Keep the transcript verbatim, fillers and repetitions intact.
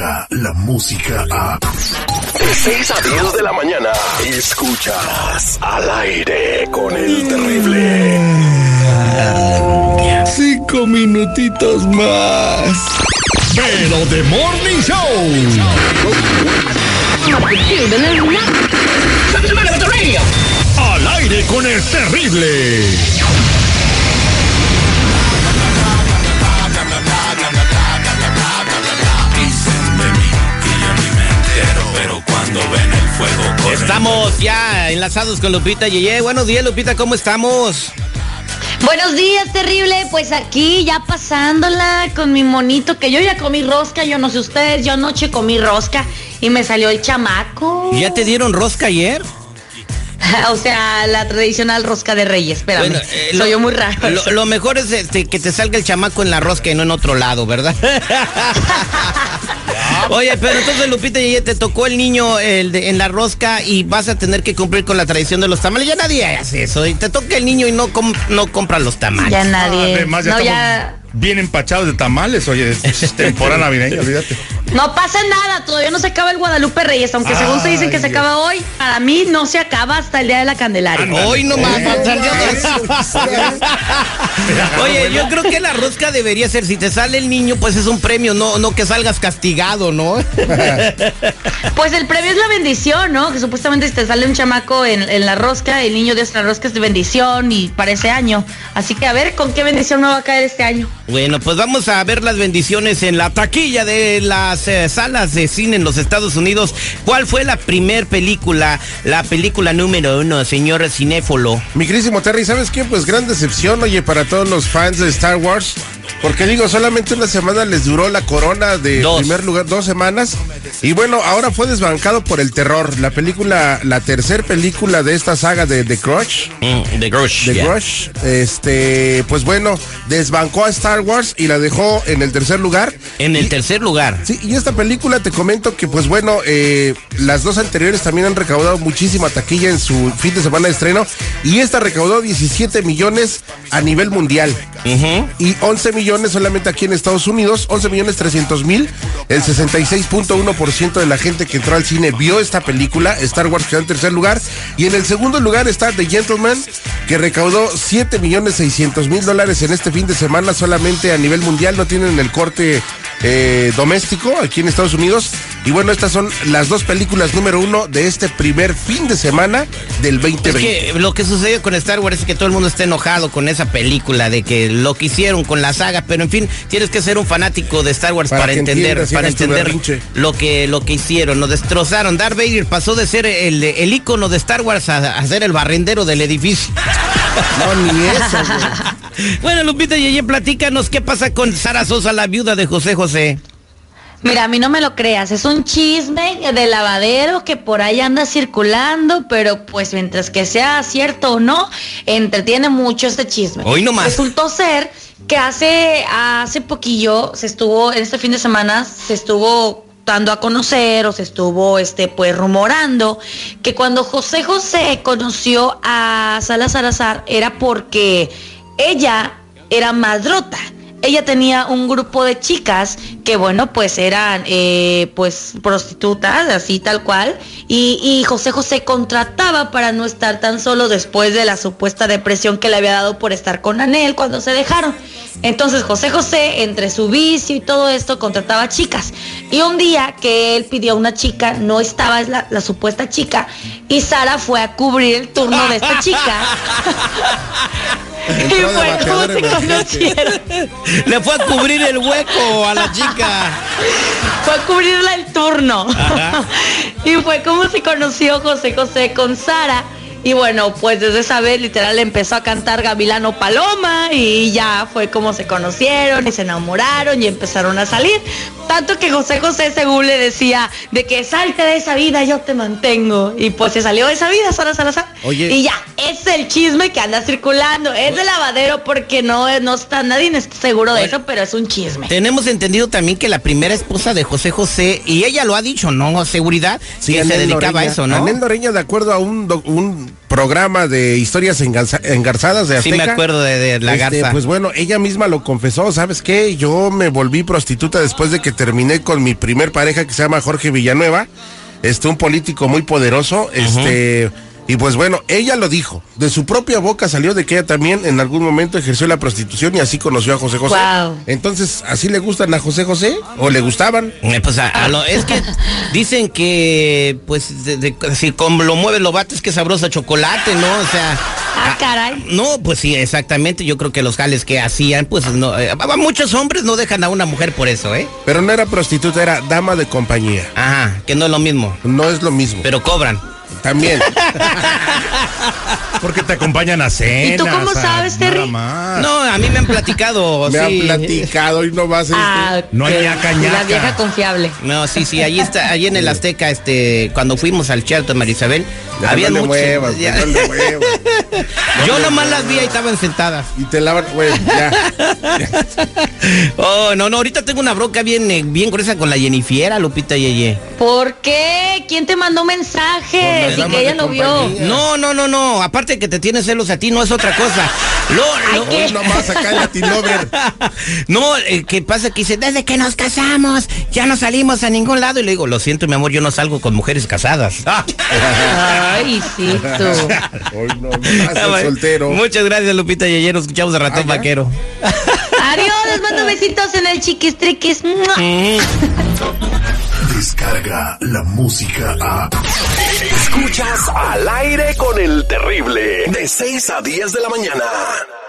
llega la música a... De seis a diez de la mañana, escuchas Al Aire con el Terrible. Cinco minutitos más. Pero de Morning Show. Al Aire con el Terrible. Estamos ya enlazados con Lupita Yeye. Buenos días, Lupita, ¿cómo estamos? Buenos días, Terrible. Pues aquí ya pasándola con mi monito, que yo ya comí rosca, yo no sé ustedes, yo anoche comí rosca y me salió el chamaco. ¿Ya te dieron rosca ayer? O sea, la tradicional rosca de Reyes, espérame, bueno, eh, soy lo, yo muy raro. Lo, lo mejor es este, que te salga el chamaco en la rosca y no en otro lado, ¿verdad? Oye, pero entonces, Lupita, ya te tocó el niño el de, en la rosca y vas a tener que cumplir con la tradición de los tamales. Ya nadie hace eso, y te toca el niño y no, com, no compra los tamales. Ya nadie. Además, ya no, estamos ya... bien empachados de tamales, oye, es temporada navideña, olvídate. No pasa nada, todavía no se acaba el Guadalupe Reyes, aunque Ay, según se dicen que se acaba hoy, para mí no se acaba hasta el día de la Candelaria. Ah, hoy nomás. Oye, yo creo que la rosca debería ser, si te sale el niño, pues es un premio, no, no que salgas castigado, ¿no? Pues el premio es la bendición, ¿no? Que supuestamente si te sale un chamaco en, en la rosca, el niño de la rosca es de bendición y para ese año. Así que a ver, ¿con qué bendición me va a caer este año? Bueno, pues vamos a ver las bendiciones en la taquilla de las eh, salas de cine en los Estados Unidos. ¿Cuál fue la primer película, la película número uno, señor cinéfolo? Mi querísimo Terry, ¿sabes qué? Pues gran decepción, oye, para todos los fans de Star Wars. Porque digo, solamente una semana les duró la corona de dos. primer lugar, dos semanas. Y bueno, ahora fue desbancado por el terror. La película, la tercera película de esta saga de The Grudge. Mm, The Grudge. The yeah. Grudge. Este, pues bueno, desbancó a Star Wars y la dejó en el tercer lugar. En el y, tercer lugar. Sí, y esta película te comento que, pues bueno, eh, las dos anteriores también han recaudado muchísima taquilla en su fin de semana de estreno. Y esta recaudó diecisiete millones a nivel mundial. Uh-huh. Y once millones solamente aquí en Estados Unidos, once millones trescientos mil. El sesenta y seis punto uno por ciento de la gente que entró al cine vio esta película. Star Wars quedó en tercer lugar. Y en el segundo lugar está The Gentleman, que recaudó siete millones seiscientos mil dólares en este fin de semana solamente a nivel mundial. No tienen el corte eh, doméstico aquí en Estados Unidos. Y bueno, estas son las dos películas número uno de este primer fin de semana del veinte veinte. Es que lo que sucedió con Star Wars es que todo el mundo está enojado con esa película, de que lo que hicieron con la saga, pero en fin, tienes que ser un fanático de Star Wars para, para entender, para entender lo que, lo que hicieron, lo destrozaron. Darth Vader pasó de ser el, el ícono de Star Wars a, a ser el barrendero del edificio. No, ni eso, güey. Bueno, Lupita Yeye, platícanos qué pasa con Sara Sosa, la viuda de José José. Mira, a mí no me lo creas, es un chisme de lavadero que por ahí anda circulando, pero pues mientras que sea cierto o no, entretiene mucho este chisme. Hoy nomás. Resultó ser que hace, hace poquillo se estuvo, en este fin de semana, se estuvo dando a conocer o se estuvo este pues rumorando que cuando José José conoció a Sara Salazar era porque ella era madrota. Ella tenía un grupo de chicas que, bueno, pues eran eh, pues prostitutas, así tal cual, y, y José José contrataba para no estar tan solo después de la supuesta depresión que le había dado por estar con Anel cuando se dejaron. Entonces José José, entre su vicio y todo esto, contrataba chicas. Y un día que él pidió a una chica, no estaba la, la supuesta chica, y Sara fue a cubrir el turno de esta chica. Y fue como se conocieron. Le fue a cubrir el hueco a la chica. Fue a cubrirle el turno. Ajá. Y fue como se conoció José José con Sara. Y bueno, pues desde esa vez literal empezó a cantar Gavilano Paloma y ya fue como se conocieron y se enamoraron y empezaron a salir. Tanto que José José según le decía de que salte de esa vida, yo te mantengo. Y pues se salió de esa vida, Sara Salazar. Oye. Y ya, es el chisme que anda circulando. Es de lavadero porque no, no está, nadie está seguro de Oye. eso, pero es un chisme. Tenemos entendido también que la primera esposa de José José, y ella lo ha dicho, ¿no? Seguridad, sí, que Anel se dedicaba Doreña, a eso, ¿no? Anel Doreña, de acuerdo a un, un programa de historias engarza, engarzadas de Azteca. Sí, me acuerdo de, de la este, garza. Pues bueno, ella misma lo confesó, ¿sabes qué? Yo me volví prostituta después de que terminé con mi primer pareja que se llama Jorge Villanueva, este, un político muy poderoso, este... Uh-huh. Y pues bueno, ella lo dijo, de su propia boca salió de que ella también en algún momento ejerció la prostitución y así conoció a José José. Wow. Entonces, ¿así le gustan a José José? ¿O le gustaban? Eh, pues a, a lo, es que dicen que, pues, de, de, si como lo mueve lo bates, que sabroso chocolate, ¿no? O sea... Ah, caray. No, pues sí, exactamente, yo creo que los jales que hacían, pues no, eh, muchos hombres no dejan a una mujer por eso, ¿eh? Pero no era prostituta, era dama de compañía. Ajá, que no es lo mismo. No es lo mismo. Pero cobran. También. Porque te acompañan a cenas. ¿Y tú cómo sabes, Terry? No, a mí me han platicado. Me sí. han platicado y no vas a... Ah, este... No hay ñaca, ñaca. La vieja confiable. No, sí, sí, allí está, allí en el Azteca, este, cuando fuimos al Sheraton Marisabel, ya había no muchos. Muevas, ya. No le muevas. Yo nomás las vi y estaban sentadas. Y te lavan, güey, ya. Oh, no, no, ahorita tengo una bronca bien, eh, bien gruesa con la Jennifiera, Lupita Yeye. ¿Por qué? ¿Quién te mandó mensajes? Y que ella lo vio. No, no, no, no, aparte que te tiene celos a ti, no es otra cosa. Lo, lo, ¿qué? Nomás acá en Latin Lover. No, eh, ¿qué pasa? Que dice, desde que nos casamos, ya no salimos a ningún lado. Y le digo, lo siento, mi amor, yo no salgo con mujeres casadas. Ay, sí, tú. Hoy no, no, soltero. Muchas gracias, Lupita Yeye, nos escuchamos de Ratón ¿Ah, Vaquero. Adiós, les mando besitos en el chiquistriquis. Descarga la música a... Escuchas Al Aire con el Terrible, de seis a diez de la mañana.